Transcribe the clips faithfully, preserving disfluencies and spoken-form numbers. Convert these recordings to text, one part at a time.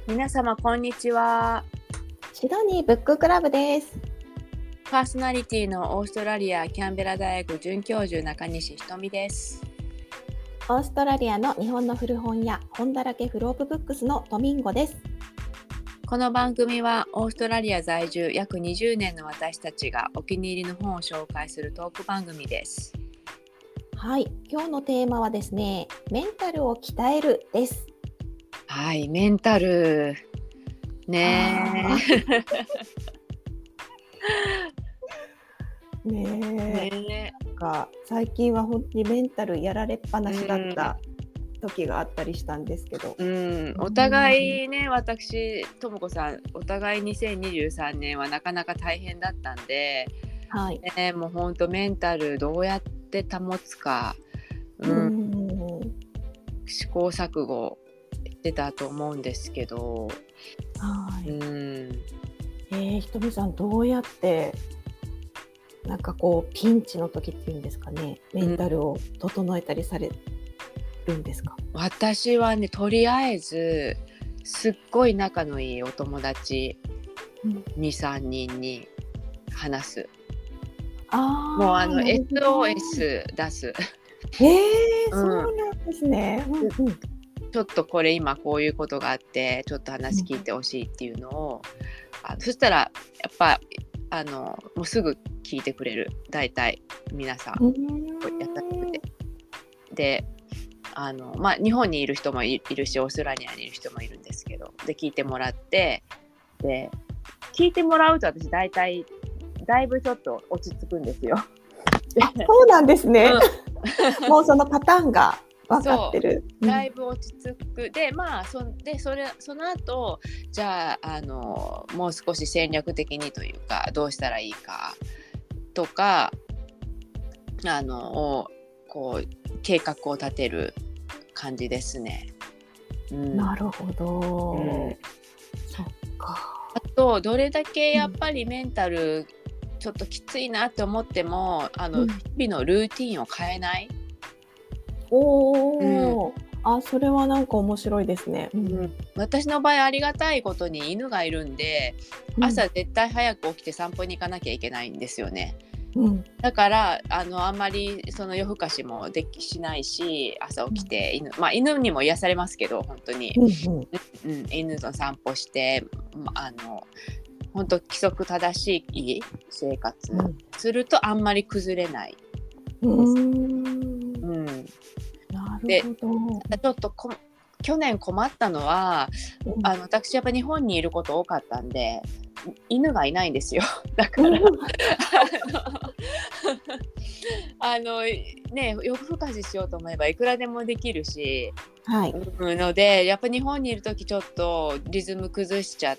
皆様こんにちは。 シドニーブッククラブです。 パーソナリティのオーストラリアキャンベラ大学准教授中西ひとみです。 オーストラリアの日本の古本屋本だらけフロープブックスのトミンゴです。 この番組はオーストラリア在住約にじゅうねんの私たちがお気に入りの本を紹介するトーク番組です。 はい、今日のテーマはですね、メンタルを鍛えるです。 はい、メンタルねえねえねなんか最近は本当にメンタルやられっぱなしだった時があったりしたんですけど、 うん、お互いね、私ともこさんお互いにせんにじゅうさんねんはなかなか大変だったんで、 はいね、もう本当メンタルどうやって保つか、うん、 うん試行錯誤してたと思うんですけど、 はい、 うんえー、ひとみさんどうやってなんかこうピンチの時っていうんですかね、メンタルを整えたりされるんですか？ 私はね、とりあえずすっごい仲のいいお友達うん、 にさんにんに話す。 あもうあのあ、なるほど。 エスオーエス 出す、 ええ、 うん、 そうなんですね。うんうん。 ちょっとこれ今こういうことがあってちょっとうん。 話聞いてほしいっていうのを、あそしたらやっぱあのもうすぐ聞いてくれる、大体皆さんうー優しくん。 て。であの、まあ、日本にいる人もいるしオーストラリアにいる人もいるんですけど、で聞いてもらってで聞いてもらうと私大体だいぶちょっと落ち着くんですよ。 あ、そうなんですね。 うん、 もうそのパターンが分かってる。 そうだいぶ落ち着く。でまあそでそれその後じゃあ、あのもう少し戦略的にというかどうしたらいいかとか、あのこう計画を立てる感じですね。ううん、 ん、 なるほど。 うん、 そっか。 あとどれだけやっぱりメンタルちょっときついなって思っても、あのうん。 日々のルーティンを変えない。うん、 おお。あ、それはなんか面白いですね。ううん。 ん、私の場合ありがたいことに犬がいるんで、 うん。 朝絶対早く起きて散歩に行かなきゃいけないんですよね。 うん。 だからあのあんまりその夜更かしもできしないし、朝起きて犬、まあ、犬にも癒されますけど本当に、 うんうん。 うん、犬と散歩して、まあの本当規則正しい生活するとあんまり崩れないうん。 です。 うーん。 うん、 なるでほど。 ちょっとこ去年困ったのは、 うん。 あの私やっぱ日本にいること多かったんで犬がいないんですよ。だからうん。 あのね、夜更かししようと思えばいくらでもできるし、 はい。 うん、のでやっぱ日本にいる時ちょっとリズム崩しちゃって、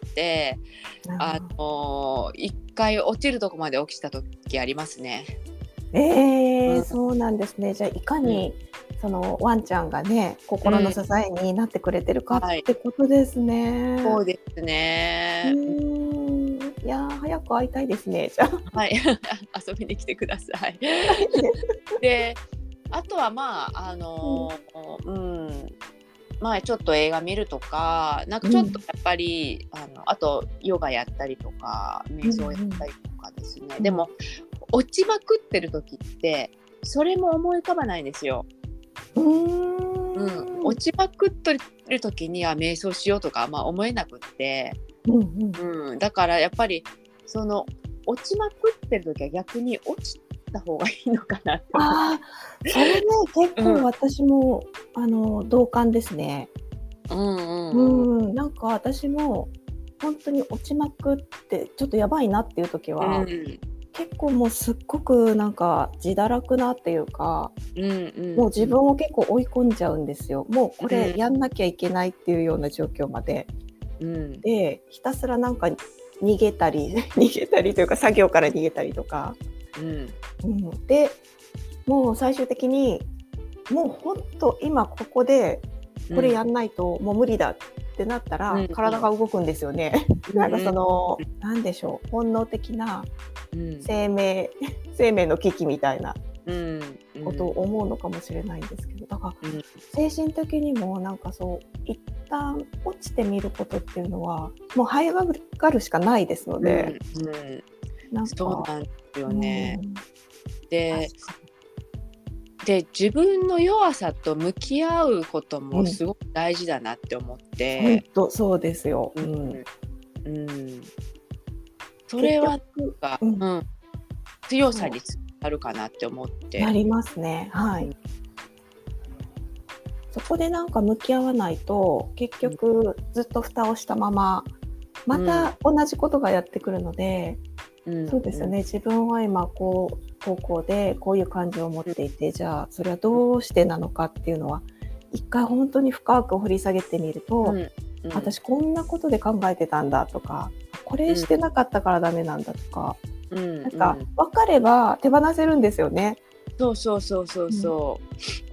ああの一回落ちるとこまで起きた時ありますね。 ーえー、 うん、 そうなんですね。じゃあいかうん、 にそのワンちゃんがね、 うん、 心の支えになってくれてるかっはい、 てことですね。 そうですうね。 ーん。いやー、早く会いたいですね、じゃあ。 はい遊びに来てください。 はい。 であとはまああうん。 のうんまあちょっと映画見るとか、なんかうん。 ちょっとやっぱりあのあとヨガやったりとかうん瞑想やったりとかですね。 うん。 でも落ちまくってる時ってそれも思い浮かばないんですよ。 ううん、 ーん。 落ちまくってる時には瞑想しようとかあんま思えなくって、 うんうん。 うん、だからやっぱりその落ちまくってる時は逆に落ちた方がいいのかなって思って。 ああ、それね、結構うん、 私もあの、同感ですね。 うんううんうん。 ーん、なんか私もほんとに落ちまくって、ちょっとやばいなっていう時うは、 ん結構もうすっごくなんか自堕落なっていうか、 うんうんうんもう自分を結構追い込んじゃうんですよ。もうこれうんやんなきゃいけないっていうような状況まで。 うんで、ひたすらなんか逃げたり逃げたりというか、作業から逃げたりとか、 うんうん、で、もう最終的に、もうほんと今ここでうんこれやんないともう無理だってなったら、 うん体が動くんですよね。 うんなんかそうんの、なんでしょう、本能的なうん生命生命の危機みたいな。 うんことを思うのかもしれないんですけど、だからうん精神的にもなんかそう一旦落ちてみることっていうのはもう這い上がるしかないですので、 うんうんなんそうかなんですよね。 うんで確かで自分の弱さと向き合うことに、うんもすごく大事だなって思っ本て、 当そうですよ。 ううんんうん、それはなん結局、 か、 うんうん、強さにつながるかなって思っなて。 りますね。はうんい。そこでなんか向き合わないと結局ずっと蓋をしたまままた同じことがやってくるので、 うんそうですよね。自分は今こう高校でこういう感情を持っていて、じゃあそれはどうしてなのかっていうのは一回本当に深く掘り下げてみると、 うんうん私こんなことで考えてたんだとか、これしてなかったからダメなんだとか、 うんなんかうん分かれば手放せるんですよね。 そうそうそうそうそう、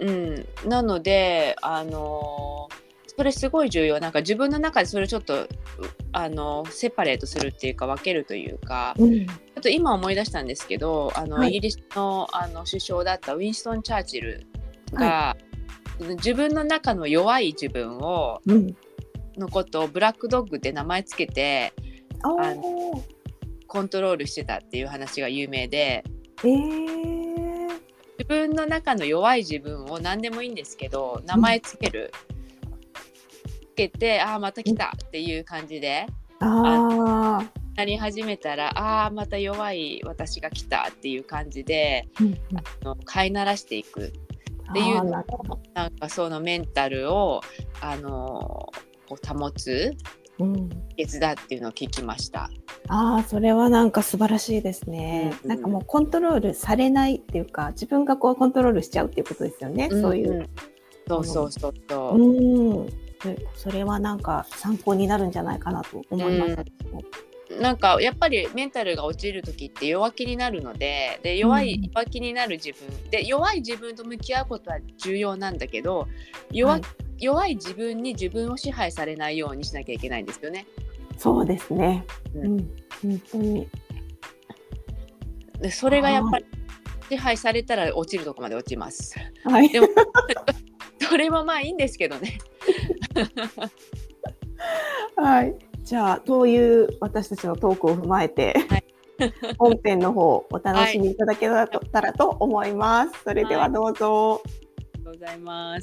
うんなのであのーそれすごい重要。なんか自分の中でそれをちょっとうあのセパレートするっていうか分けるというか、 うん、 あと今思い出したんですけど、あの、 はいイギリスの、あの首相だったウィンストン・チャーチルが、自分の中の弱い自分をうん、 のことをブラックドッグって名前つけてああーコントロールしてたっていう話が有名で、 えー、 自分の中の弱い自分を何でもいいんですけど名前つける、つけてああまた来たっていう感じであーなり始めたら、ああまた弱い私が来たっていう感じでうんうんあの飼いならしていくっていうあーのなるほど、 なんかそのメンタルをあのこう保つうん秘訣だっていうのを聞きました。 ああ、それはなんか素晴らしいですね。 うんなんかもうコントロールされないっていうか、自分がこうコントロールしちゃうっていうことですよね。そういう。 んそうそうそうそう、 うん。でそれはなんか参考になるんじゃないかなと思います。 なんかやっぱりメンタルが落ちる時って弱気になるので、で弱い、 うん弱気になる自分で弱い自分と向き合うことは重要なんだけど、弱,、 はい弱い自分に自分を支配されないようにしなきゃいけないんですよね。 そうですね。 ううんん。本当に。 でそれがやっぱり支配されたら落ちるとこまで落ちます。 はい。 でもそれはまあいいんですけどね。 はい。じゃあ、という私たちのトークを踏まえて、 はい、 本編の方お楽しみいただけたらと思います。それではどうぞ。 ありがとうございます。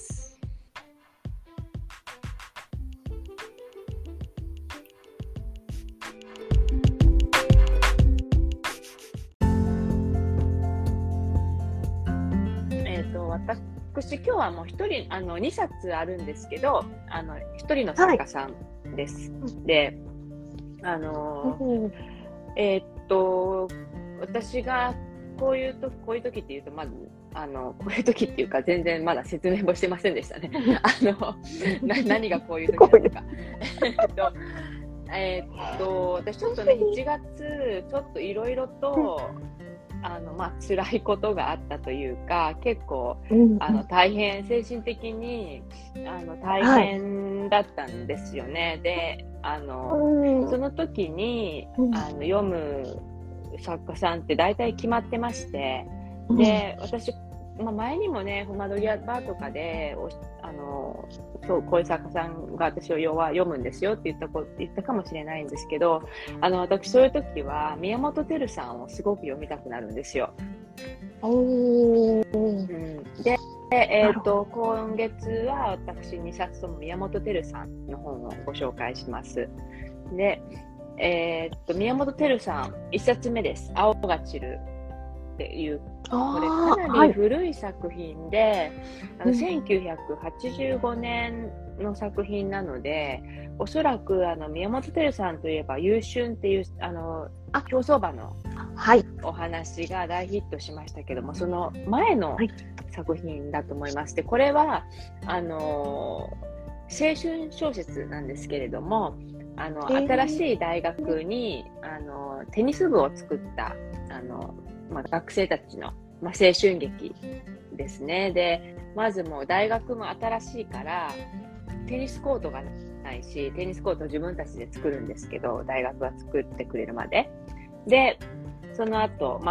えっと私今日はもう一人あのにさつあるんですけど、あの一人の作家さんです。はい、で、あの、うん、えー、っと私がこういうとこういう時っていうとまずあのこういう時っていうか全然まだ説明もしてませんでしたね。あのな何がこういう時なのか。えっとえー、っと私ちょっとねしちがつちょっといろいろとあのまあ辛いことがあったというか、結構、うん、あの大変精神的にあの大変だったんですよね。はい、であの、うん、その時にあの読む作家さんって大体決まってまして、で私、まあ、前にもね窓際バーとかであのそうこういう作家さんが私を読むんですよって言ったこ言ったかもしれないんですけど、あの私そういう時は宮本照さんをすごく読みたくなるんですよ。おー、うん、で、えー、と今月は私にさつとも宮本照さんの本をご紹介します。で、えー、と宮本照さんいっさつめです。青が散るっていうこれかなり古い作品で、はい、あのせんきゅうひゃくはちじゅうごねんの作品なので、おそらくあの宮本照さんといえば優春っていうあの競走馬のお話が大ヒットしましたけども、その前の作品だと思います。でこれはあの青春小説なんですけれども、あの、えー、新しい大学にあのテニス部を作ったあのまあ、学生たちの、まあ、青春劇ですね。で、まずもう大学も新しいからテニスコートがないし、テニスコートを自分たちで作るんですけど、大学が作ってくれるまで。で、その後、まあ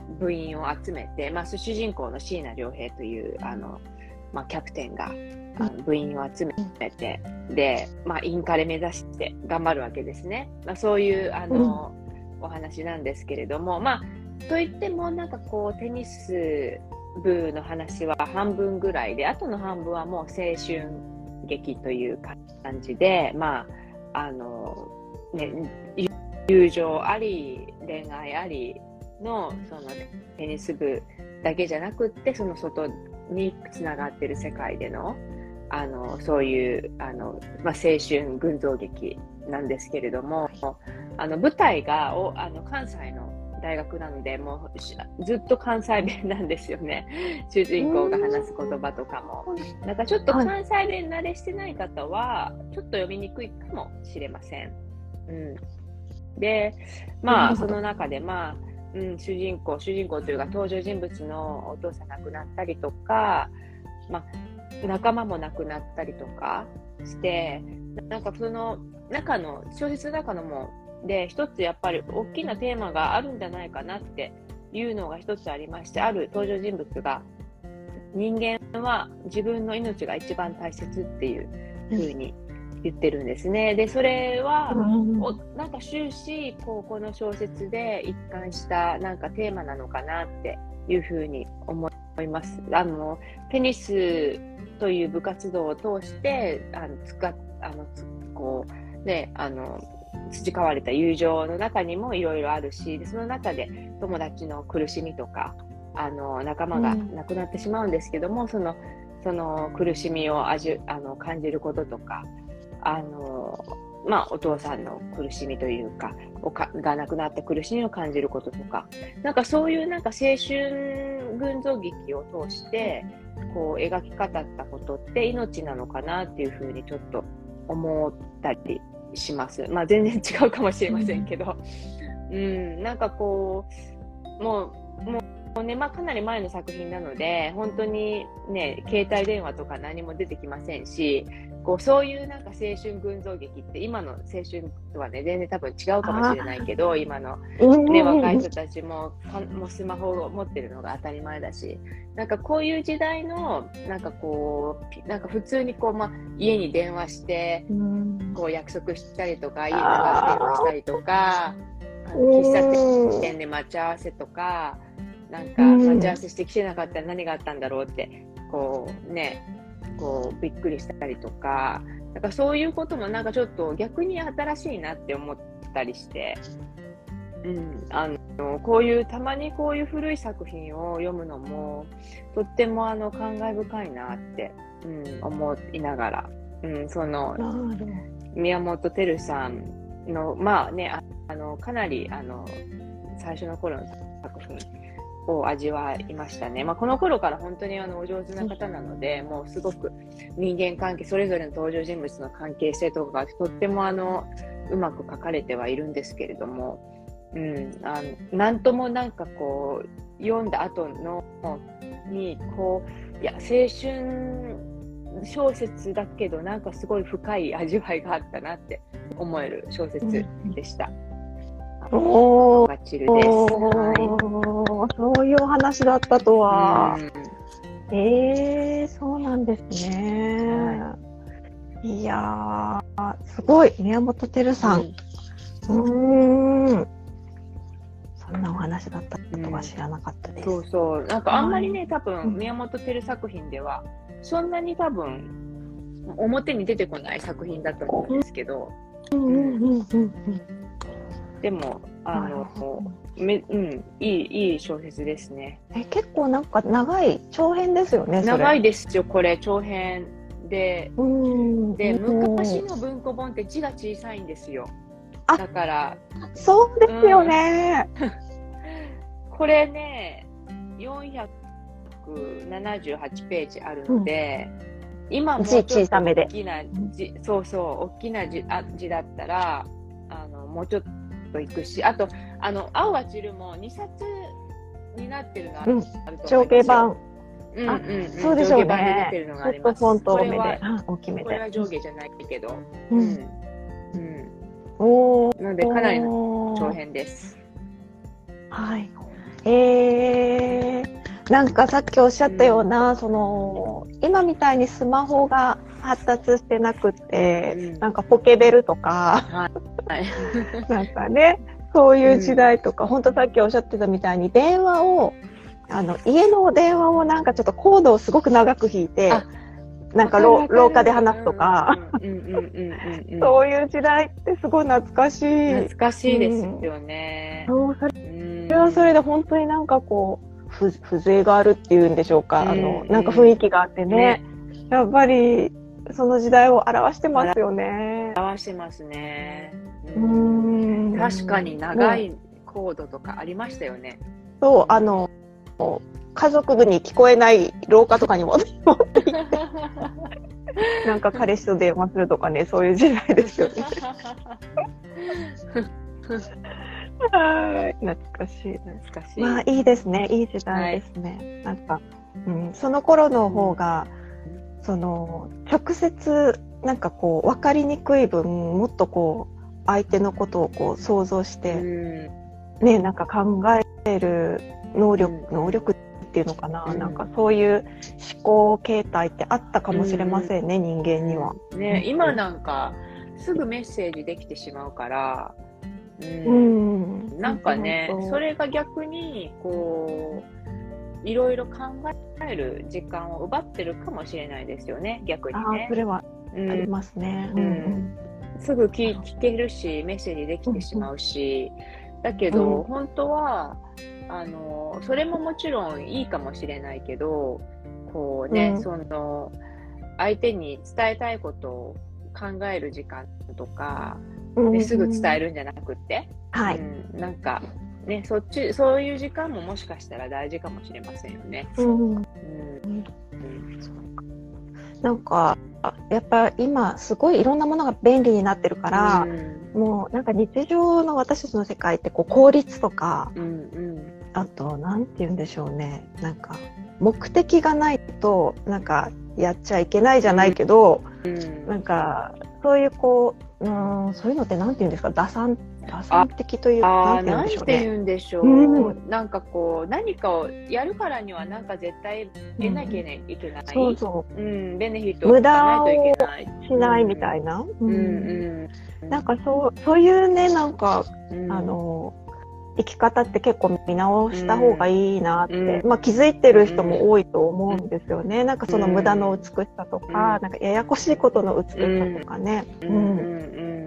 部員を集めて、まあ、主人公の椎名亮平というあの、まあ、キャプテンがあの部員を集めて、で、まあ、インカレ目指して頑張るわけですね。まあ、そういうあの、うん、お話なんですけれども、まあ、といってもなんかこうテニス部の話は半分ぐらいで、あとの半分はもう青春劇という感じで、まああのね、友情あり恋愛ありのそのテニス部だけじゃなくって、その外につながってる世界でのあのそういうあの、まあ、青春群像劇なんですけれども、あの舞台がおあの関西の大学なので、もうずっと関西弁なんですよね。主人公が話す言葉とかも。なんかちょっと関西弁慣れしてない方はちょっと読みにくいかもしれません。うん、で、まあその中でまあ、うん、主人公主人公というか登場人物のお父さん亡くなったりとか、まあ仲間も亡くなったりとかして、なんかその中の小説の中のもで一つやっぱり大きなテーマがあるんじゃないかなっていうのが一つありまして、ある登場人物が人間は自分の命が一番大切っていう風に言ってるんですね。でそれは、うん、おなんか終始こうこの小説で一貫したなんかテーマなのかなっていう風に思います。あのテニスという部活動を通してあの使っあのこうねあの培われた友情の中にもいろいろあるし、その中で友達の苦しみとかあの仲間が亡くなってしまうんですけども、うん、そのその苦しみを味あの感じることとか、あの、まあ、お父さんの苦しみというかおかが亡くなった苦しみを感じることとか、なんかそういうなんか青春群像劇を通してこう描き語ったことって命なのかなっていうふうにちょっと思ったりします。まあ全然違うかもしれませんけど、うん、うん、なんかこうもうもうね、まあかなり前の作品なので本当にね携帯電話とか何も出てきませんし、こうそういうなんか青春群像劇って今の青春とはね全然多分違うかもしれないけど、今の、ね、若い人たちももうスマホを持ってるのが当たり前だし、なんかこういう時代のなんかこうなんか普通にこう、まあ、家に電話してこう約束したりとか、家の中で電話したりとか、あの喫茶店で待ち合わせとか、なんか待ち合わせしてきてなかったら何があったんだろうってこうねこうびっくりしたりとか、なんかそういうこともなんかちょっと逆に新しいなって思ったりして、うん、あのこういうたまにこういう古い作品を読むのもとってもあの感慨深いなって、うん、思いながら、うん、その宮本照さんのまあねああのかなりあの最初の頃の作品を味わいましたね。まあ、この頃から本当にあのお上手な方なので、もうすごく人間関係それぞれの登場人物の関係性とかがとってもあのうまく書かれてはいるんですけれども、うん、あのなんともなんかこう読んだ後のにこういや青春小説だけどなんかすごい深い味わいがあったなって思える小説でした。 おー、 バッチリです。 はい、そういうお話だったとは。うん、えー、そうなんですね。はい、いやー、すごい、宮本照さん。うん、うーん。そんなお話だったとは知らなかったです。 うん、そうそう。なんかあんまりね、はい、多分、宮本照作品では、そんなに多分、表に出てこない作品だと思うんですけど。うんうんうんうんうんでもあのめ、うん、いいいい小説ですね。 え結構なんか長い長編ですよね。 長いですよこれ長編で、うんで昔の文庫本って字が小さいんですよ。だからそうですよね。うん、 これねよんひゃくななじゅうはちページあるので、うん、今もちょっと大きな字、そうそう大きな字、あ字だったらあのもうちょっとと行くし、あとあの青は散るもにさつになってるのあると思うんですよ。 上下版。 うんうんうん。 そうでしょうね。 上下版になってるのがあります。 ちょっとフォント多めで、大きめで。 これは上下じゃないけど。 うん。うん。おお。 なのでかなりの長編です。 はい。 えー、なんかさっきおっしゃったような、うん、その今みたいにスマホが発達してなくて、うん、なんかポケベルとか、はい、なんかねそういう時代とか、うん、本当さっきおっしゃってたみたいに電話をあの家の電話をなんかちょっとコードをすごく長く引いてなんか廊下で話すとかそういう時代ってすごい懐かしい懐かしいですよね、 うん、そうそれはそれで本当になんかこうふ風情があるっていうんでしょうか、うん、あのなんか雰囲気があってね、ねやっぱりその時代を表してますよね。 表してますね、うん、うん確かに長いコードとかありましたよね。 そうあの家族に聞こえない廊下とかにも持って行ってなんか彼氏と電話するとかねそういう時代ですよねはい懐かしい懐かしい。 まあいいですねいい時代ですね、はい、なんか、うん、その頃の方が、うん、その直接なんかこう分かりにくい分もっとこう相手のことをこう想像して、うん、ねなんか考える能力、うん、能力っていうのかな、うん、なんかそういう思考形態ってあったかもしれませんね、うん、人間には、 ね、今なんかすぐメッセージできてしまうから、うんうん、なんかねそれが逆にこういろいろ考える時間を奪ってるかもしれないですよね逆にね。 あそれはありますね、 うんうん、すぐ 聞, 聞けるしメッセージできてしまうし、うん、だけど、うん、本当はあのそれももちろんいいかもしれないけどこうね、うん、その相手に伝えたいことを考える時間とか、うん、すぐ伝えるんじゃなくって、 はいうん、なんかねそっちそういう時間ももしかしたら大事かもしれませんよね。うんうん、 なんかやっぱ今すごいいろんなものが便利になってるから、うん、もうなんか日常の私たちの世界ってこう効率とか、うんうん、あとなんて言うんでしょうねなんか目的がないとなんかやっちゃいけないじゃないけど、うん、なんかそういうこう、うん、そういうのってなんて言うんですか打算打算的というかなんて言うんでしょうね。うん、なんかこう何かをやるからにはなんか絶対得なきゃいけない、うん、 そうそう、 うん、ベネフィットを取らないといけない、 無駄をしないみたいな、 うんうんうん、なんかそうそういうねなんか、うん、あの生き方って結構見直した方がいいなって、うん、まあ気づいてる人も多いと思うんですよね、うん、なんかその無駄の美しさとか、うん、なんかややこしいことの美しさとかね、うんうん、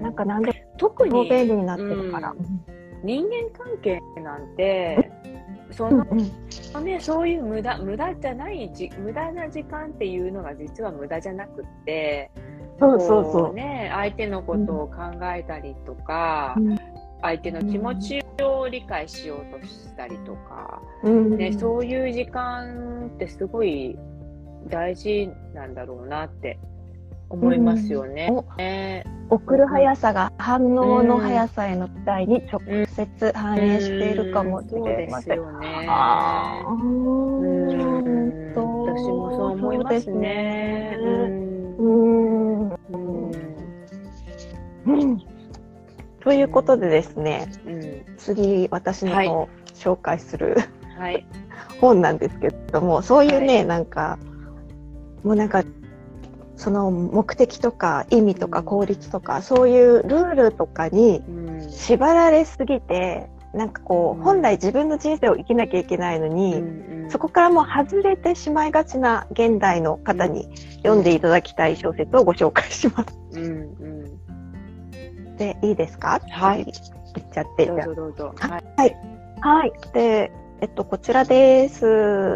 なんかなんで特に便利になってるから、うん、 人間関係なんてその、うんね、そういう無駄無駄じゃないじ無駄な時間っていうのが実は無駄じゃなくってそうそうそう、 ね、相手のことを考えたりとか、うん、相手の気持ちを理解しようとしたりとか、うんね、そういう時間ってすごい大事なんだろうなって思いますよね。 うん送る速さが反応の速さへの期待に直接反映しているかもしれません。 そうですよね。あーうんと私もそう思いますね。うんうんうんということでですね、うん、次私の、はい、紹介する、はい、本なんですけれどもそういうね、はい、なんかもうなんかその目的とか意味とか効率とか、うん、そういうルールとかに縛られすぎて、うん、なんかこう本来自分の人生を生きなきゃいけないのに、うん、そこからもう外れてしまいがちな現代の方に読んでいただきたい小説をご紹介します。うんうん、でいいですか？ はい。 いっちゃってどうぞどうぞ。 はい。はい。はい、でえっとこちらです。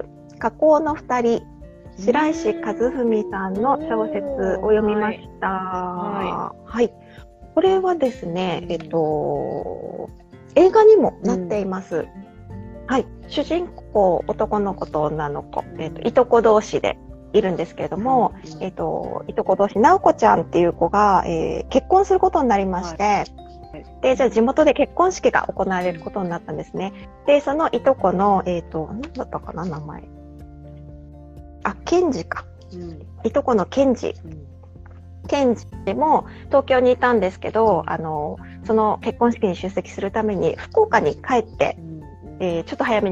加工のふたり。白石和文さんの小説を読みました。はい。はい。これはですね、えっと、映画にもなっています。うん、はい。主人公、男の子と女の子、えっと、いとこ同士でいるんですけれども、うん、えっと、いとこ同士、直子ちゃんっていう子が、えー、結婚することになりまして、はい、で、じゃあ地元で結婚式が行われることになったんですね。で、そのいとこの、えっと、何だったかな、名前。あ、ケンジか、うん、いとこのケンジ、うん、ケンジも東京にいたんですけど、あのその結婚式に出席するために福岡に帰って、うんえー、ちょっと早めに帰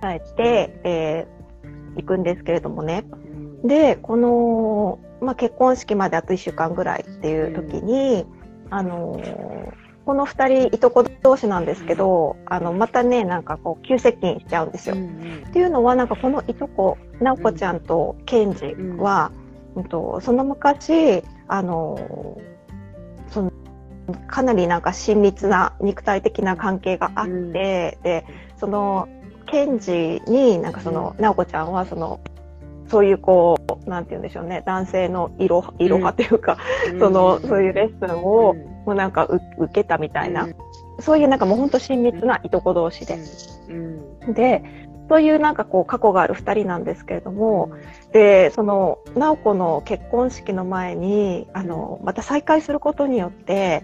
えて、えー、行くんですけれどもね。で、この、まあ、結婚式まであといっしゅうかんぐらいっていう時に、あのー、この二人いとこ同士なんですけど、あのまたねなんかこう急接近しちゃうんですよ。うんうん、っていうのはなんかこのいとこ直子ちゃんとケンジは、うんうん、とその昔あのそのかなりなんか親密な肉体的な関係があって、うん、でそのケンジになんかその直子ちゃんはそのそういうこうなんて言うんでしょうね、男性のいろいろはというか、うん、そのそういうレッスンを、うん、もうなんか受けたみたいな、うん、そういうなんかもう本当親密ないとこ同士で、うん、でそういうなんかこう過去があるふたりなんですけれども、うん、でその直子の結婚式の前にあのまた再会することによって、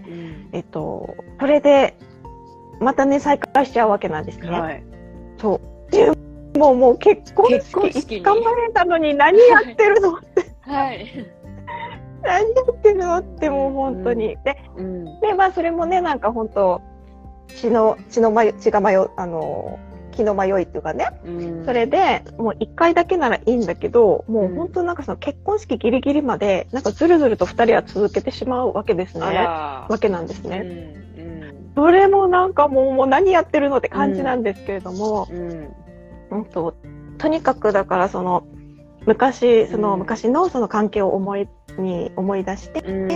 うん、えっとそれでまたね再会しちゃうわけなんですね。はい、そうでもうもう結婚式いつかまえたのに何やってるのって、はい、何やってるのってもう本当に、うん、で、うん、でまあそれもねなんか本当血の血の迷血が迷あの気の迷いっていうかね、うん、それでもういっかいだけならいいんだけどもう本当なんかその結婚式ギリギリまでなんかずるずるとふたりは続けてしまうわけですねわけなんですね、うんうん、それもなんかもう、もう何やってるのって感じなんですけれども、うんうんうんと、とにかくだからその昔その昔のその関係を思いに思い出して、うん、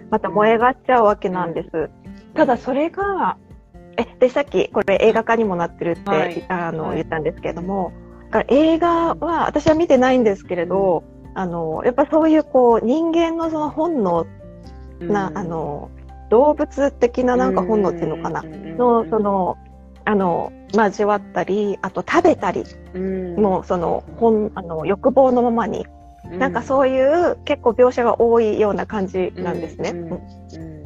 また燃え上がっちゃうわけなんです、うん、ただそれがえでさっきこれ映画化にもなってるって、はい、あの、はい、言ったんですけれども、だから映画は私は見てないんですけれど、うん、あのやっぱそういうこう人間のその本能な、うん、あの動物的ななんか本能っていうのかな、うん、のそのあの交わったりあと食べたり、うん、もうその本あの欲望のままに、うん、なんかそういう結構描写が多いような感じなんですね、うんうん、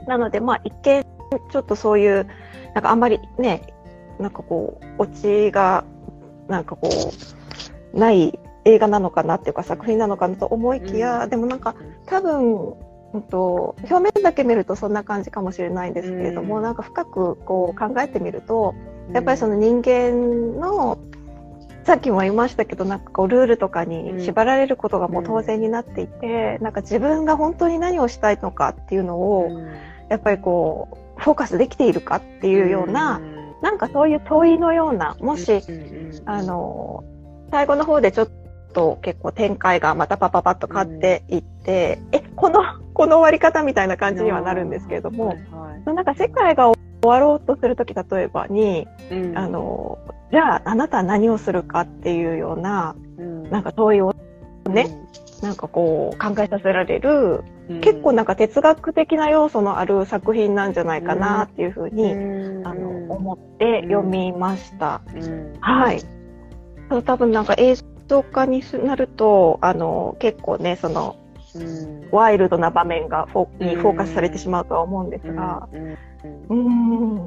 なのでまあ一見ちょっとそういうなんかあんまりねなんかこうオチがなんかこうない映画なのかなっていうか作品なのかなと思いきや、うん、でもなんか多分うんと表面だけ見るとそんな感じかもしれないんですけれども、うん、なんか深くこう考えてみるとやっぱりその人間のさっきも言いましたけどなんかこうルールとかに縛られることがもう当然になっていて、うん、なんか自分が本当に何をしたいのかっていうのを、うん、やっぱりこうフォーカスできているかっていうような、うん、なんかそういう問いのようなもし、うん、あの最後の方でちょっと結構展開がまたパパパッと変わっていって、うん、えこのこの終わり方みたいな感じにはなるんですけれども、はいはい、なんか世界が終わろうとするとき例えばに、うん、あのじゃああなたは何をするかっていうような、うん、なんか問いをね、うん、なんかこう考えさせられる、うん、結構なんか哲学的な要素のある作品なんじゃないかなっていうふうに、うん、あの思って読みました、うん、はい多分なんか映像化になるとあの結構ねその、うん、ワイルドな場面がフォにフォーカスされてしまうとは思うんですが、うんうん、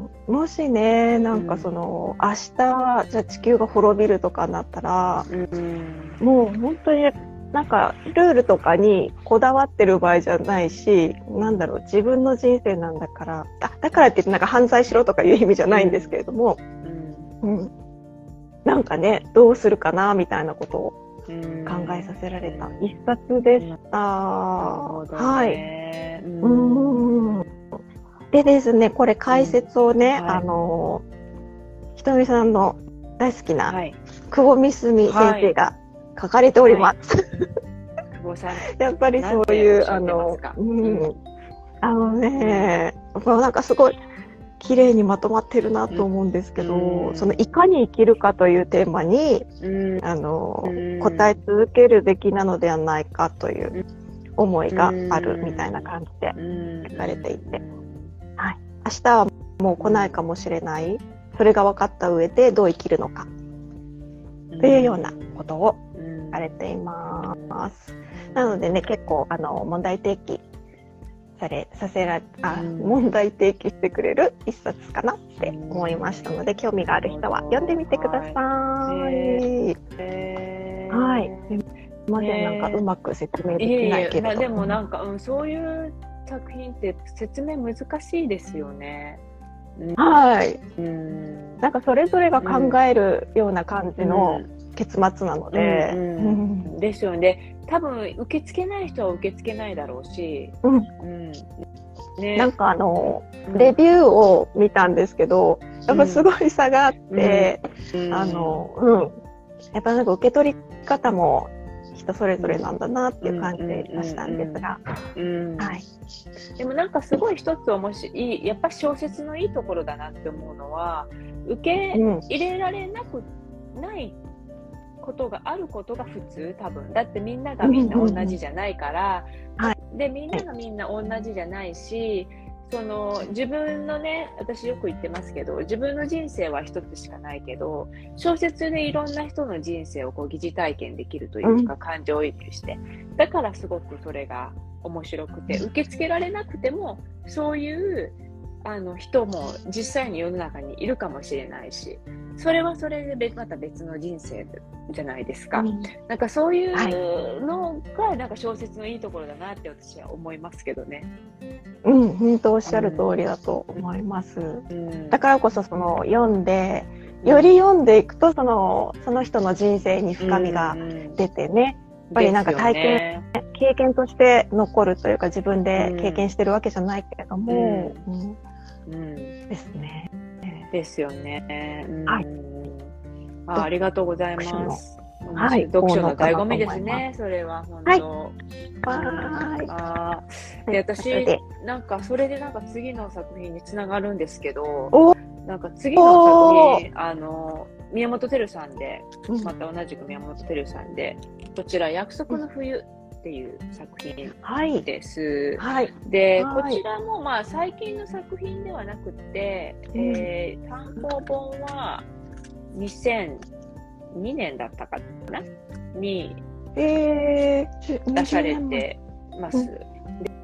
もしねなんかその、うん、明日じゃあ地球が滅びるとかなったら、うん、もう本当になんかルールとかにこだわってる場合じゃないしなんだろう自分の人生なんだからあだからって言ってなんか犯罪しろとかいう意味じゃないんですけれども、うんうん、なんかねどうするかなみたいなことを考えさせられた一冊でした、うん、はい、うんうんでですね、これ解説をね、うんはい、あのひとみさんの大好きな、はい、久保みすみ先生が書かれております。はいはい、やっぱりそういうあの、うん、あのね、うん、なんかすごい綺麗にまとまってるなと思うんですけど、うん、そのいかに生きるかというテーマに、うん、あの、うん、答え続けるべきなのではないかという思いがあるみたいな感じで書かれていて。はい、明日はもう来ないかもしれない、それが分かった上でどう生きるのか、うん、というようなことを書かれています、うん、なのでね結構あの問題提起されさせらあ、うん、問題提起してくれる一冊かなって思いましたので、興味がある人は読んでみてください、はいはい、すいません、なんかうまく説明できないけれど、 いえいえ、でもなんか、うん、そういう作品って説明難しいですよね。 はい。 うん、 なんかそれぞれが考えるような感じの結末なので。 うんうんうん、ですよね。多分受け付けない人は受け付けないだろうし、 うんうんね、 なんかあの、うん、レビューを見たんですけど、やっぱすごい差があって、うん、あの、うん。やっぱなんか受け取り方も人それぞれなんだなっていう感じがしたんですが。はい。 でもなんかすごい一つ面白い、やっぱ小説のいいところだなって思うのは、受け入れられなくないことがあることが普通、多分。だってみんながみんな同じじゃないから、 うんうんうん、で、みんながみんな同じじゃないし、その自分のね、私よく言ってますけど、自分の人生は一つしかないけど、小説でいろんな人の人生をこう疑似体験できるというか、うん、感情移入して、だからすごくそれが面白くて、受け付けられなくてもそういうあの人も実際に世の中にいるかもしれないし、それはそれで別また別の人生じゃないですか、うん、なんかそういうのがなんか小説のいいところだなって私は思いますけどね。 うん、本当おっしゃる通りだと思います、うん、だからこそその読んでより読んでいくとそのその人の人生に深みが出てね、うん、やっぱりなんか体験、ね、経験として残るというか自分で経験してるわけじゃないけれども、うんうんうん、ですね。 ですよね。うん、 はい。 あ、ありがとうございます。 はい。 読書の醍醐味ですね。それは本当。 はい。 あで私なんかそれでなんか次の作品につながるんですけど、なんか次の作品あの宮本照さんで、また同じく宮本照さんで、こちら約束の冬っていう作品です。はいはい、で、はい、こちらもまあ最近の作品ではなくて、うん、えー、単行本はにせんにねんだったかなに出されてます。うん、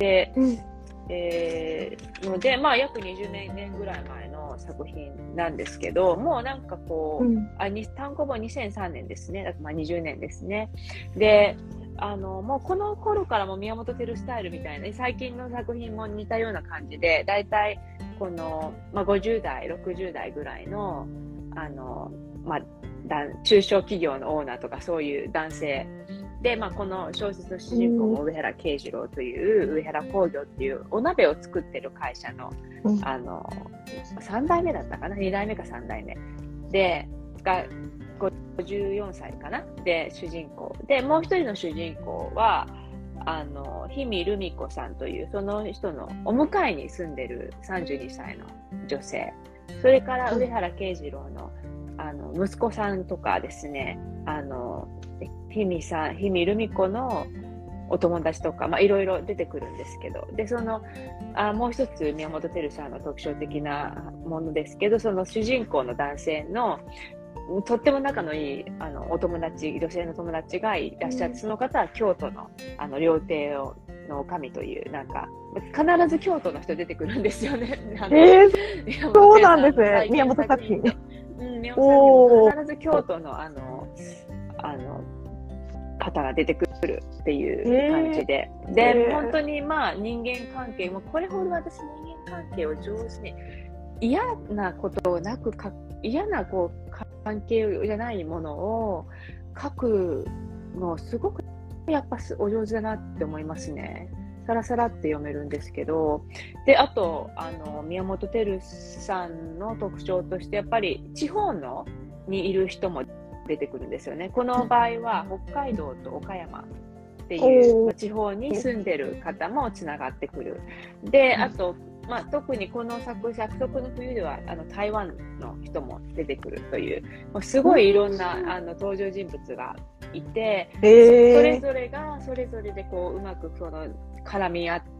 で、うん、えー、のでまあ約にじゅうねんぐらい前の作品なんですけど、もうなんかこう、うん、あに単行本にせんさんねんですね。だからまあにじゅうねんですね。で。あのもうこの頃からも宮本照スタイルみたいな最近の作品も似たような感じで、だいたいこの、まあ、ごじゅうだいろくじゅうだいぐらいの、あの、まあ、中小企業のオーナーとかそういう男性で、まあ、この小説の主人公も上原慶次郎という上原工業っていうお鍋を作ってる会社の、あのさんだいめだったかな、にだいめかさんだいめでがごじゅうよんさいかなで主人公で、もう一人の主人公はあの氷見留美子さんというその人のお向かいに住んでるさんじゅうにさいの女性、それから上原慶次郎のあの息子さんとかですね、あの氷見さん氷見留美子のお友達とか、まあ、いろいろ出てくるんですけど、でそのあもう一つ宮本照さんの特徴的なものですけど、その主人公の男性のとっても仲のいいあのお友達、女性の友達がいらっしゃって、うん、その方は京都のあの料亭の神という、なんか必ず京都の人出てくるんですよね。 えー、そうなんですね。宮本作品。 うん、宮本作品必ず京都のあのあの方が出てくるっていう感じで、えー、で、えー、本当にまあ人間関係もこれほど私人間関係を上手に嫌なことをなくか嫌なこう関係じゃないものを書くのすごくやっぱお上手だなって思いますね。さらさらって読めるんですけど、であとあの宮本照さんの特徴としてやっぱり地方のにいる人も出てくるんですよね。この場合は北海道と岡山っていう地方に住んでる方もつながってくる。であとまあ、特にこの作約束の冬ではあの台湾の人も出てくるという、もうすごいいろんなあの登場人物がいて、えー、それぞれがそれぞれでこううまくその絡み合って、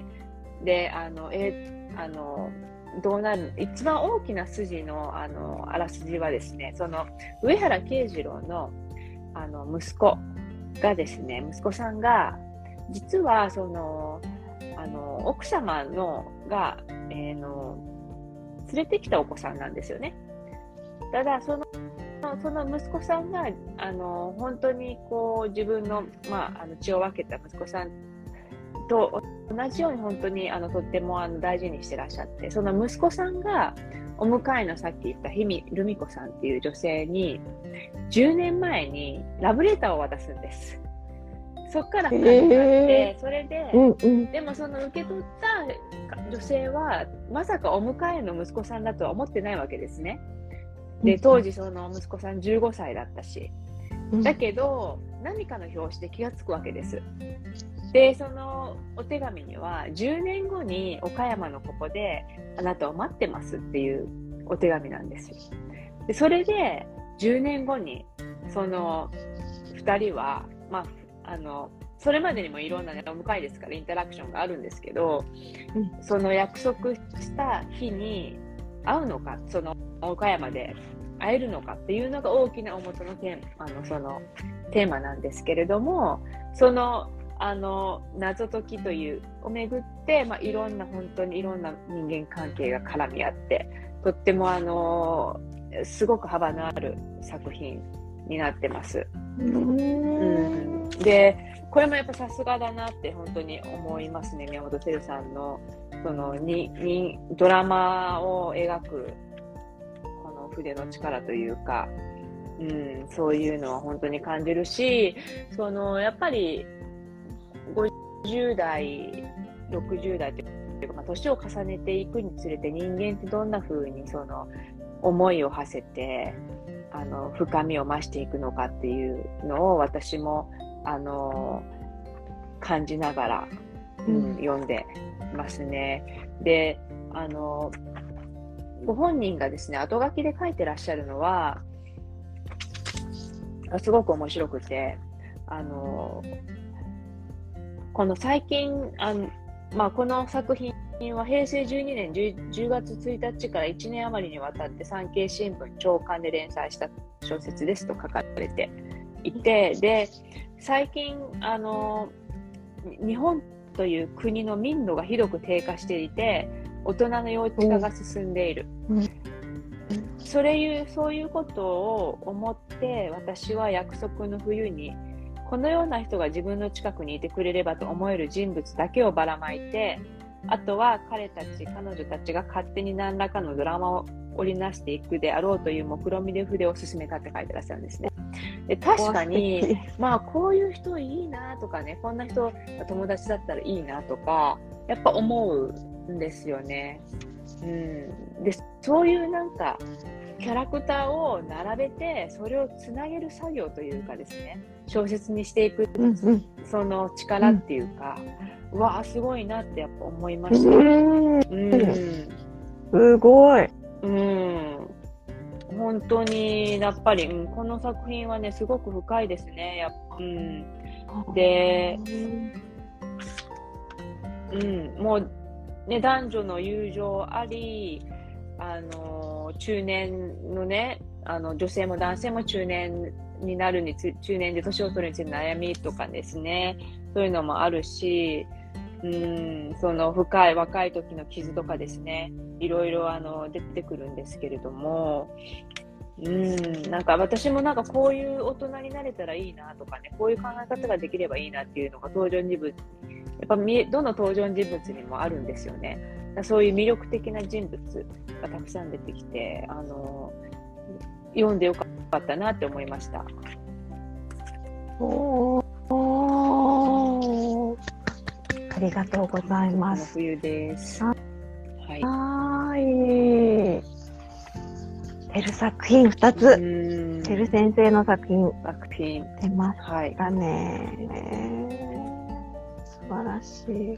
であのえあのどうなる一番大きな筋のあのあらすじはですね、その上原慶次郎のあの息子がですね、息子さんが実はそのあの奥様のが、えー、の連れてきたお子さんなんですよね。ただそのその息子さんがあの本当にこう自分の、まあ、あの血を分けた息子さんと同じように本当にあのとってもあの大事にしてらっしゃって、その息子さんがお迎えのさっき言った氷見ルミ子さんっていう女性にじゅうねんまえにラブレターを渡すんです。そっから始まって、えー、それで、うんうん、でもその受け取った女性はまさかお迎えの息子さんだとは思ってないわけですね。で、当時その息子さんじゅうごさいだったし、だけど何かの表紙で気がつくわけです。で、そのお手紙にはじゅうねんごに岡山のここであなたを待ってますっていうお手紙なんですよ。で、それでじゅうねんごにそのふたりは、まああのそれまでにもいろんな、ね、お迎えですからインタラクションがあるんですけど、うん、その約束した日に会うのか、その岡山で会えるのかっていうのが大きな大元のテーマ、あのそのテーマなんですけれども、そのあの謎解きというをめぐって、まあ、いろんな本当にいろんな人間関係が絡み合って、とってもあのすごく幅のある作品になってます。うん、で、これもやっぱさすがだなって本当に思いますね。宮本照さんのそのににドラマを描くこの筆の力というか、うん、そういうのは本当に感じるし、そのやっぱりごじゅう代ろくじゅう代というか、まあ、年を重ねていくにつれて人間ってどんな風にその思いを馳せてあの深みを増していくのかっていうのを私もあの感じながら、うん、読んでますね。で、あのご本人がですね後書きで書いてらっしゃるのはすごく面白くて、あのこの最近あの、まあ、この作品はへいせいじゅうにねん 10, じゅうがつついたちからいちねん余りにわたって産経新聞朝刊で連載した小説ですと書かれていて、で最近あの日本という国の民度がひどく低下していて大人の幼稚化が進んでいる、うん、それいうそういうことを思って私は約束の冬にこのような人が自分の近くにいてくれればと思える人物だけをばらまいて、あとは彼たち彼女たちが勝手に何らかのドラマを織りなしていくであろうという目論見で筆を進めたって書いてらっしゃるんですね。で確かに、まあこういう人いいなとかね、こんな人友達だったらいいなとかやっぱ思うんですよね。うん、でそういうなんかキャラクターを並べてそれをつなげる作業というかですね、小説にしていく、うんうん、その力っていうか、うん、うわーすごいなってやっぱ思いました。うん、 すごい。 うん、本当にやっぱり、うん、この作品はねすごく深いですね。やっぱ、うん、で、うん、もうね男女の友情あり、あの中年のねあの女性も男性も中年になるにつ中年で年を取るについて悩みとかですね、そういうのもあるし、うんその深い若い時の傷とかですね、いろいろあの出てくるんですけれども、うんなんか私もなんかこういう大人になれたらいいなとかね、こういう考え方ができればいいなっていうのが登場人物やっぱどの登場人物にもあるんですよね。そういう魅力的な人物がたくさん出てきて、あの読んでよかったなって思いました。 おー、ありがとうございます。 冬です。 はい。はい。てる作品ふたつ、てる先生の作品作品出ましたね。はい、素晴らしい。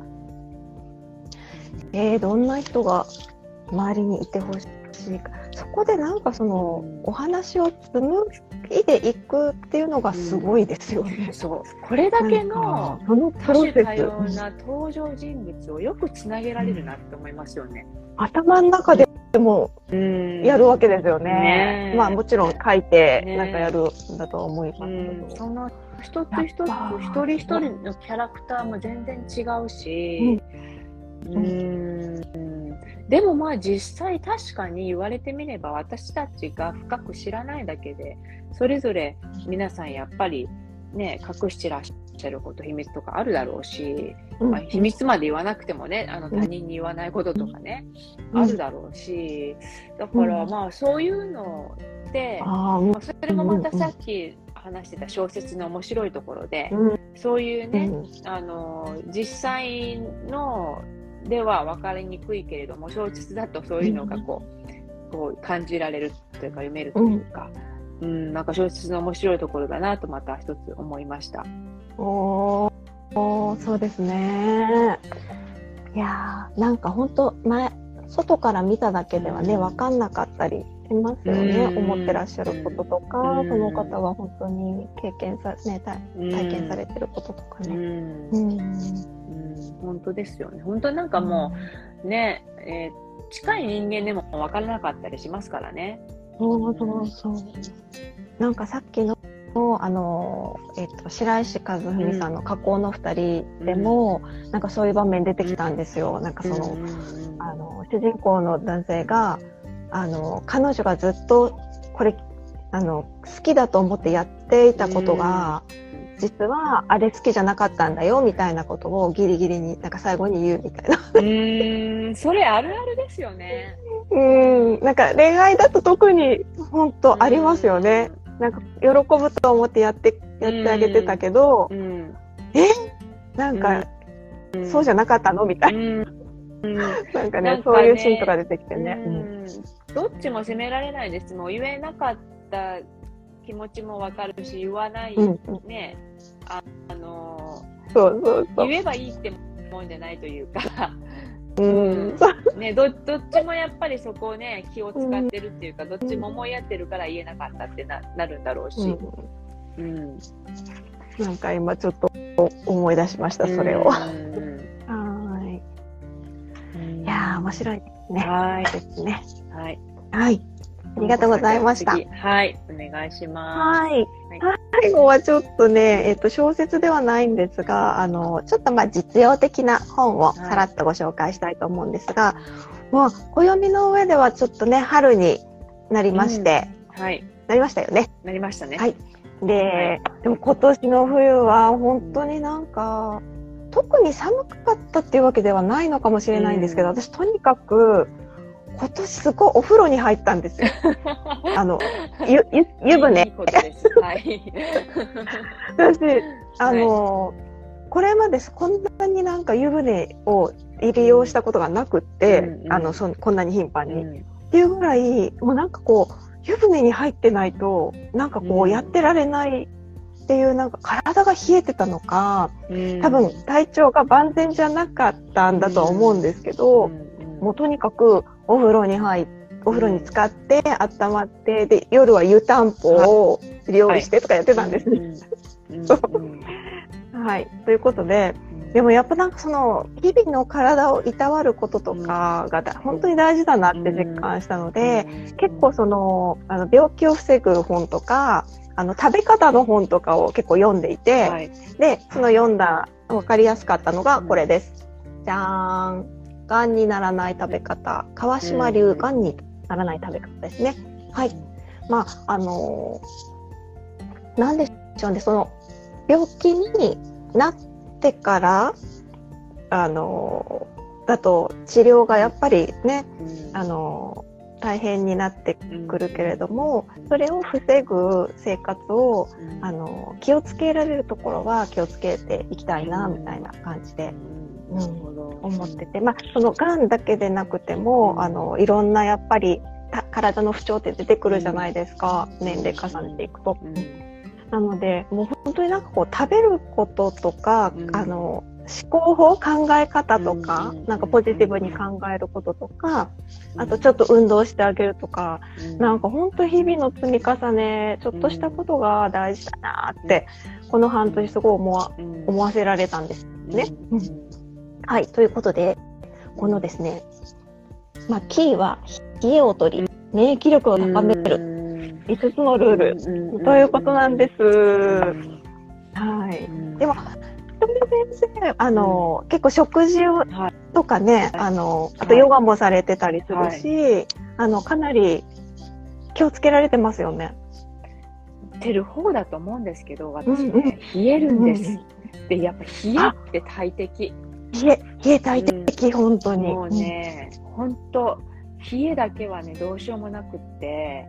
えー、どんな人が周りにいてほしいか、そこでなんかその、うん、お話を紡いでいくっていうのがすごいですよね。 うん、そうこれだけの多種多様な登場人物をよくつなげられるなって思いますよね。 うん、頭の中でもやるわけですよね。ねまあもちろん書いてなんかやるんだとは思いますけど、 ね、その一つ一つ一人一人のキャラクターも全然違うし、うんうーんでもまあ実際確かに言われてみれば私たちが深く知らないだけでそれぞれ皆さんやっぱりね隠してらっししゃること、秘密とかあるだろうし、 うんまあ、秘密まで言わなくてもね、あの他人に言わないこととかね、 うんあるだろうし、だからまあそういうので、 あまあ、それもまたさっき話してた小説の面白いところで、 うん、 そういうね、 うん、 あの実際のでは分かりにくいけれども、小説だとそういうのがこう、こう感じられるというか読めるというか、うん、なんか小説の面白いところだなとまた一つ思いました。 おー、そうですね。いやー、なんか本当前外から見ただけではね、分かんなかったりしますよね。思ってらっしゃることとか、その方は本当に経験さ、ね、体体験されてることとかね。うん、うん、 本当ですよね。本当なんかもうね、えー、近い人間でも分からなかったりしますからね。 そうそうそう。なんかさっきのあの、えっと、白石和文さんの加工のふたりでも、うん、なんかそういう場面出てきたんですよ。なんかその、うん、あの主人公の男性があの彼女がずっとこれあの好きだと思ってやっていたことが、うん、実はあれ好きじゃなかったんだよみたいなことをギリギリになんか最後に言うみたいな。 うーん、それあるあるですよね。 うん、なんか恋愛だと特に本当ありますよね。なんか喜ぶと思ってやってやってあげてたけど、うんうん、えなんか、うん、そうじゃなかったのみたいな、うんうん、なんかね、なんかね、そういうシーンとか出てきてね、うん、 どっちも責められないです。もう言えなかった気持ちもわかるし、言わない、うんうん、ね、あ、あのー、 そうそうそう、 言えばいいってもんじゃないというかうんね、ど, どっちもやっぱりそこをね気を使ってるっていうか、どっちも思いやってるから言えなかったって な, なるんだろうし、うんうん、 なんか今ちょっと思い出しました、それを。はい、いやー面白いですね。 はいですね。 はい、 はい、ありがとうございました。 はい、お願いします。 はい、はい、最後はちょっとね、えっと、小説ではないんですが、あの、ちょっとまあ実用的な本をさらっとご紹介したいと思うんですが、はい、もう暦の上ではちょっとね、春になりまして、うん、はい、なりましたよね。 なりましたね。 はい。で、はい、でも今年の冬は本当になんか、特に寒かったっていうわけではないのかもしれないんですけど、うん、私とにかく、今年すごいお風呂に入ったんですよ。あの、ゆ、ゆ、湯船。いいことです。はい。私、あの、はい、これまでこんなになんか湯船を利用したことがなくって、うんうん、あの、そ、こんなに頻繁に、うん。っていうぐらい、もうなんかこう、湯船に入ってないと、なんかこう、やってられないっていう、なんか体が冷えてたのか、うん、多分体調が万全じゃなかったんだとは思うんですけど、うんうん、もうとにかく、お風呂に入って、お風呂に浸かって温まって、で夜は湯たんぽを料理してとかやってたんですね。はい、ということで、でもやっぱなんかその日々の体をいたわることとかが本当に大事だなって実感したので、結構そのあの病気を防ぐ本とか、あの食べ方の本とかを結構読んでいて、はい、でその読んだ分かりやすかったのがこれです。じゃーん。がんにならない食べ方、川島流がんにならない食べ方ですね。はい。まあ、あのー、なんでしょうね、その、病気になってから、あのー、だと治療がやっぱりね、あのー、大変になってくるけれども、それを防ぐ生活を、あのー、気をつけられるところは気をつけていきたいな、みたいな感じで。うん、思ってて、まあ、そのがんだけでなくても、うん、あのいろんなやっぱり体の不調って出てくるじゃないですか、うん、年齢重ねていくと、うん、なのでもう本当になんかこう食べることとか、うん、あの思考法考え方とか、うん、なんかポジティブに考えることとか、うん、あとちょっと運動してあげるとか、うん、なんか本当日々の積み重ねちょっとしたことが大事だなって、うん、この半年すごい思わ、うん、思わせられたんですね、うんうんはい。ということで、このですね、まあ、キーは、冷えを取り、免疫力を高める、いつつのルール、ということなんです。はい。でも、先生、あの、結構食事をとかね、あの、あとヨガもされてたりするし、あの、かなり気をつけられてますよね。 てる方だと思うんですけど、私ね、うんうん、冷えるんです、うんうん、でやっぱ冷えって大敵、 冷え冷え大敵、うん、本当にもうね、うん、本当冷えだけはねどうしようもなくって、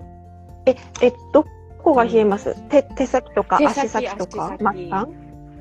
ええどこが冷えます、うん、手, 手先とか足先とか末端、うん、 末端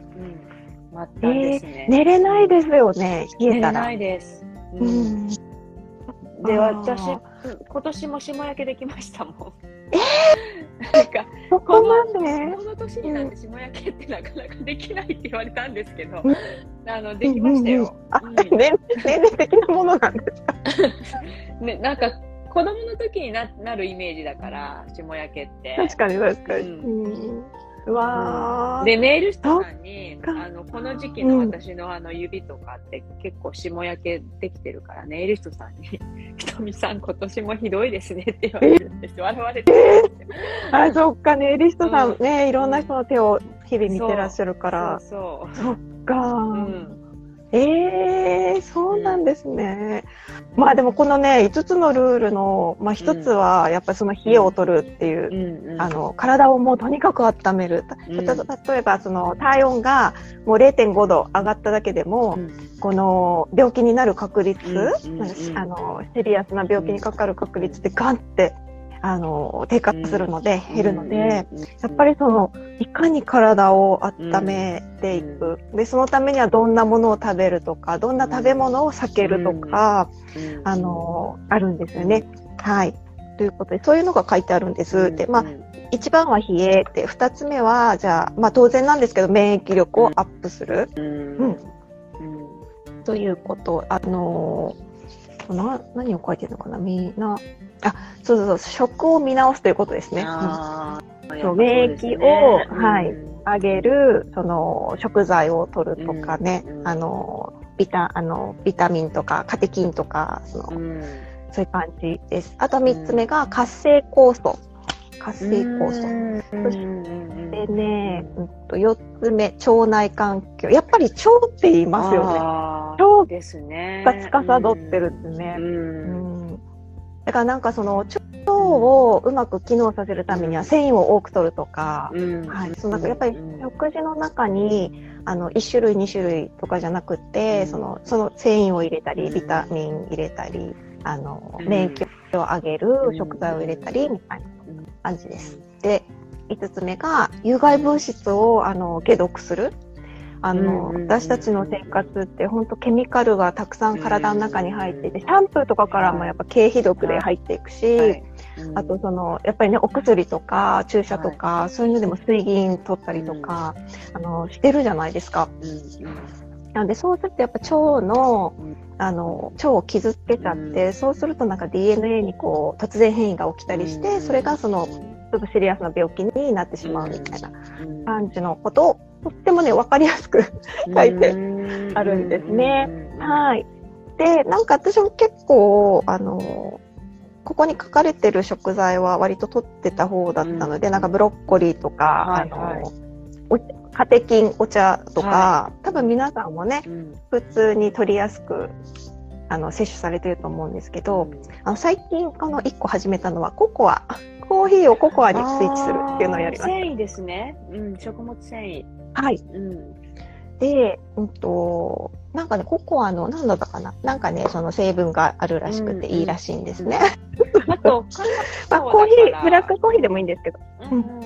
ですね、 えー、寝れないですよね、冷えたら。 寝れないです、うん、うんで、私、今年も霜焼けできましたもん。 えー、 なんかそこまでこの年になって霜焼けってなかなかできないって言われたんですけど、うん、あのできましたよ。うんうんうん、 あ、うん、年齢的なものなんですかね、なんか子供の時に な, なるイメージだから霜焼けって。 確かに確かに。うんうんうわうん、でネイル師さんにあのこの時期の私のあの指とかって結構霜焼けできてるから、ネイル師さんにひとみさん今年もひどいですねって言われるんですよ。笑われてるんですよ。 あ、そっか、ネイリストさんね、うん、いろんな人の手を日々見てらっしゃるから。 そうそうそう。そっか、うん。えー、そうなんですね。うん、まあでもこのね、いつつのルールの、まあ一つはやっぱりその冷えを取るっていう、うんうん、あの、体をもうとにかく温める。うん、例えばその体温がもう れいてんごど上がっただけでも、うん、この病気になる確率、うんうんうん、あの、シリアスな病気にかかる確率ってガンってあの低下するので、うん、減るので、うん、やっぱりそのいかに体を温めていく、うん、でそのためにはどんなものを食べるとかどんな食べ物を避けるとか、うん、あのあるんですよね。はい、ということでそういうのが書いてあるんです。うん、で、まあ一番は冷えで、二つ目はじゃあ、まあ、当然なんですけど免疫力をアップする、うんうん、ということ。あのな何を書いてるのかな、みんな。あ、そうそうそう、食を見直すということですね。あうん、そう免疫を、ね、はい、上げる、その、食材を取るとかね、うん、あの、ビタ、あの、ビタミンとか、カテキンとか、その、うん、そういう感じです。あと三つ目が活性酵素。活性酵素。うん、そしてね、うん、と四つ目、腸内環境。やっぱり腸って言いますよね。腸ですね。 が司ってるんですね。うんうんだからなんかその腸をうまく機能させるためには繊維を多く取るとか、うんはい、そのやっぱり食事の中にあのいち種類に種類とかじゃなくて、そのその繊維を入れたりビタミン入れたりあの免疫を上げる食材を入れたりみたいな感じです。で、いつつめが有害物質をあの解毒する。あの、私たちの生活って本当ケミカルがたくさん体の中に入っていて、シャンプーとかからもやっぱ経皮毒で入っていくし、はいあとその、やっぱりね、お薬とか注射とか、はい、そういうのでも水銀取ったりとか、あの、してるじゃないですか。なのでそうするとやっぱ腸の、あの、腸を傷つけちゃって、そうするとなんか ディーエヌエー にこう、突然変異が起きたりして、それがその、ちょっとシリアスな病気になってしまうみたいな感じのことを、とってもね、わかりやすく書いてあるんですね。はい。で、なんか私も結構、あの、ここに書かれてる食材は割と取ってた方だったので、なんかブロッコリーとか、はいはい、あの、カテキンお茶とか、はい、多分皆さんもね、うん、普通に取りやすく、あの、摂取されてると思うんですけど、うん、あの最近、このいっこ始めたのはココア。コーヒーをココアにスイッチするっていうのをやりました。 繊維ですね。うん、食物繊維。 はい。うん、で、うんと、なんかね、ココアの、なんだったかななんかね、その成分があるらしくていいらしいんですね。 うんうん、あと、 まあ、コーヒー、ブラックコーヒーでもいいんですけど。うんうんうん、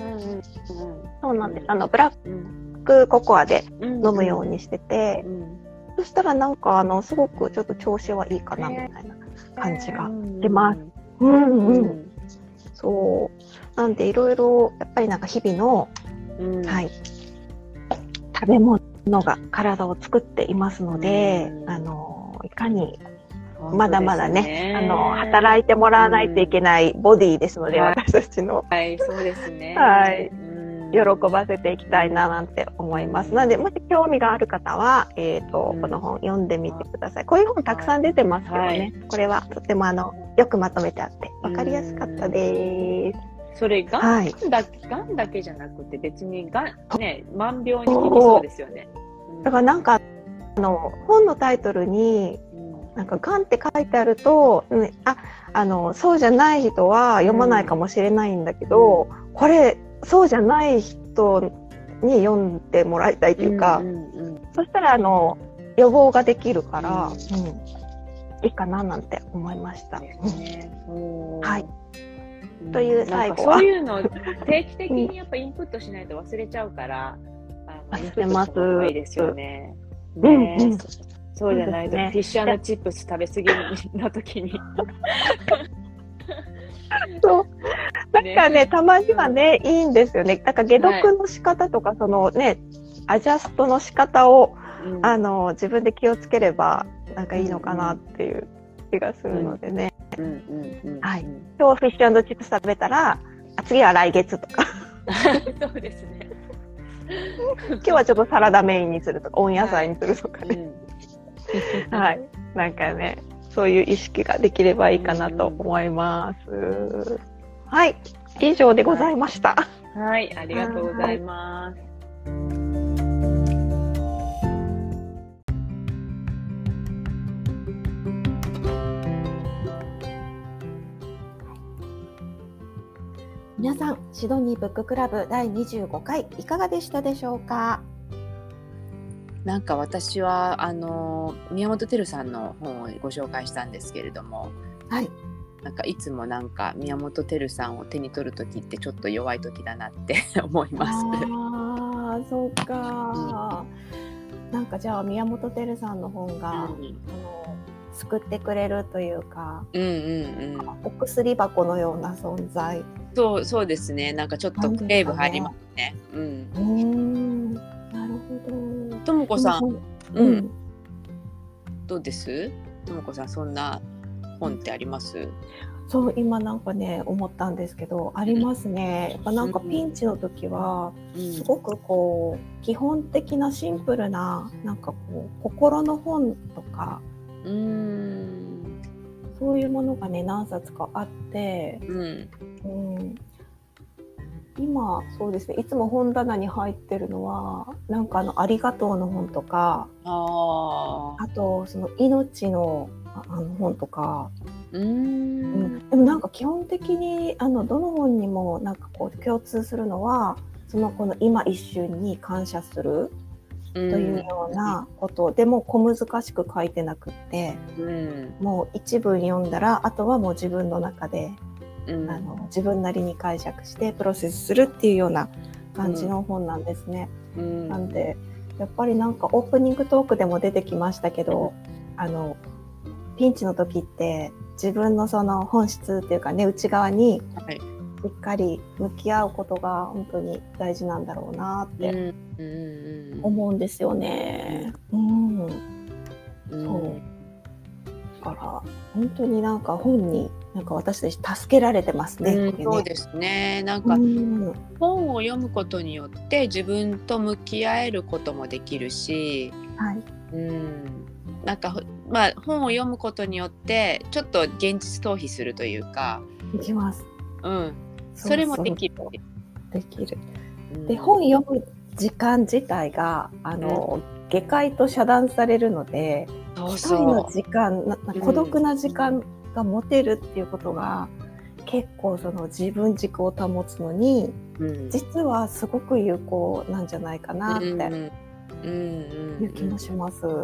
そうなんです。あの、ブラックココアで飲むようにしてて、うんうん、そしたらなんか、あの、すごくちょっと調子はいいかな、みたいな感じが出ます。うんうん。そう。なんで、いろいろ、やっぱりなんか日々の、うん、はい。食べ物が体を作っていますので、あの、いかに、まだまだね、ねあの、働いてもらわないといけないボディですので、うん、私たちの。 はい、そうですね。 はい。喜ばせていきたいななんて思います。なので、もし興味がある方は、えっと、この本読んでみてください。こういう本たくさん出てますけどね。はい、これはとてもあの、よくまとめてあって、わかりやすかったです。 それがん、はい、だ、がんだけじゃなくて別にがん、ね、万病に効きそうですよね。 うん、だからなんか、あの、本のタイトルに、うん、なんかがんって書いてあると、うん、あ、あの、そうじゃない人は読まないかもしれないんだけど、うん、これ、 そうじゃない人に読んでもらいたいというか、うんうんうん、そしたらあの予防ができるから、うんうん、いいかななんて思いました。ですね。うん、はい。という最後はそういうの定期的にやっぱインプットしないと忘れちゃうから、あのインプットした方がいいですよね。ね、うんうん、そうじゃないと、ね、フィッシュ&チップス食べ過ぎの時にそうなんかね、たまにはね、いいんですよね。なんか解読の仕方とか、はい、そのね、アジャストの仕方を、うん、あの自分で気をつければなんかいいのかなっていう気がするのでね。はい。今日フィッシュ&チップス食べたら、次は来月とか。 そうですね。 今日はちょっとサラダメインにするとか、温野菜にするとかね。はい。うん、はい。なんかね、そういう意識ができればいいかなと思います。うん、はい。以上でございました。 はい。はい、ありがとうございます。 皆さん、シドニーブッククラブだいにじゅうごかいいかがでしたでしょうか。 なんか私はあの宮本照さんの本をご紹介したんですけれども、はい、なんかいつもなんか宮本照さんを手に取る時ってちょっと弱い時だなって思います。 ああ、そうか、うん、なんかじゃあ宮本照さんの本が、うん、あの救ってくれるというか、うんうんうん、お薬箱のような存在。 そうそうですね。なんかちょっとクレーブ入りますね。うん。うーん、なるほど。 ともこさん、うん、どうです？ともこさん、そんな本ってあります？ そう、今なんかね思ったんですけど、ありますね。やっぱなんかピンチの時は、うん、すごくこう基本的なシンプルななんかこう心の本とか、うーん、そういうものがね何冊かあって、うんうん、今そうですね、いつも本棚に入ってるのはなんかあのありがとうの本とか、あ, あとその命のあの本とか、うーん、うん、でもなんか基本的にあのどの本にもなんかこう共通するのは、そのこの今一瞬に感謝するというようなことでも小難しく書いてなくって、うん、もう一文読んだらあとはもう自分の中で、うん、あの自分なりに解釈してプロセスするっていうような感じの本なんですね、うん、なんでやっぱりなんかオープニングトークでも出てきましたけど、うん、あのピンチの時って自分のその本質っていうかね、内側にしっかり向き合うことが本当に大事なんだろうなって思うんですよね。うん、うん、そうだから本当になんか本になんか私たち助けられてますね。 うん、そうですね。なんか、うん、本を読むことによって自分と向き合えることもできるし、はい、うん、なんかまあ本を読むことによってちょっと現実逃避するというか、 できます。 うん、それもできる。 できる。で、本読む時間自体があの、うん、下界と遮断されるので、一人の時間、な孤独な時間が持てるっていうことが、うん、結構その自分軸を保つのに、うん、実はすごく有効なんじゃないかなって、うんうんうん、いう気もします。うん、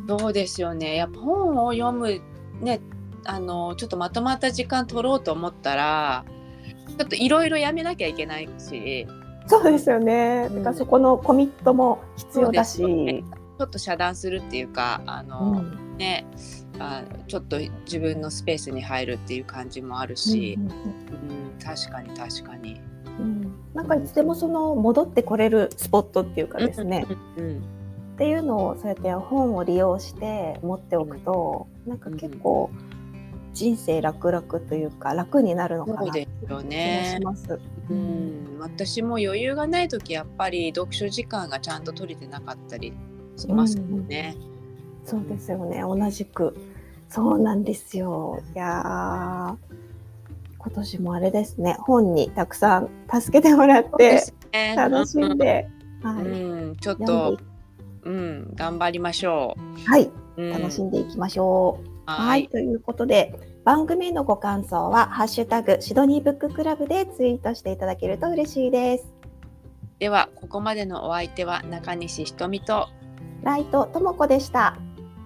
そうですよね。やっぱ本を読むね、あのちょっとまとまった時間取ろうと思ったら、ちょっといろいろやめなきゃいけないし。 そうですよね。だからそこのコミットも必要だし、ね、 ちょっと遮断するっていうか、あの、うん、ね、あちょっと自分のスペースに入るっていう感じもあるし、うんうんうんうん、確かに確かに、 うん、なんかいつでもその戻ってこれるスポットっていうかですね、うんうんうん、っていうのをそうやって本を利用して持っておくと、うん、なんか結構人生楽々というか楽になるのかなって気がします。 うん、私も余裕がない時やっぱり読書時間がちゃんと取れてなかったりしますもんね、 うん、そうですよね。同じくそうなんですよ。いや今年もあれですね、本にたくさん助けてもらって楽しんで、 うんはい、うん、ちょっと、うん、頑張りましょう。 はい。 楽しんでいきましょう。 はい、 はい、ということで、番組へのご感想はハッシュタグシドニーブッククラブでツイートしていただけると嬉しいです。 ではここまでのお相手は中西ひとみとライトともこでした。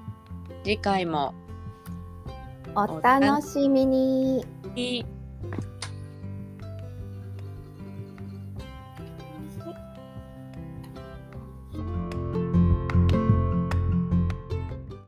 次回もお楽しみに。 いい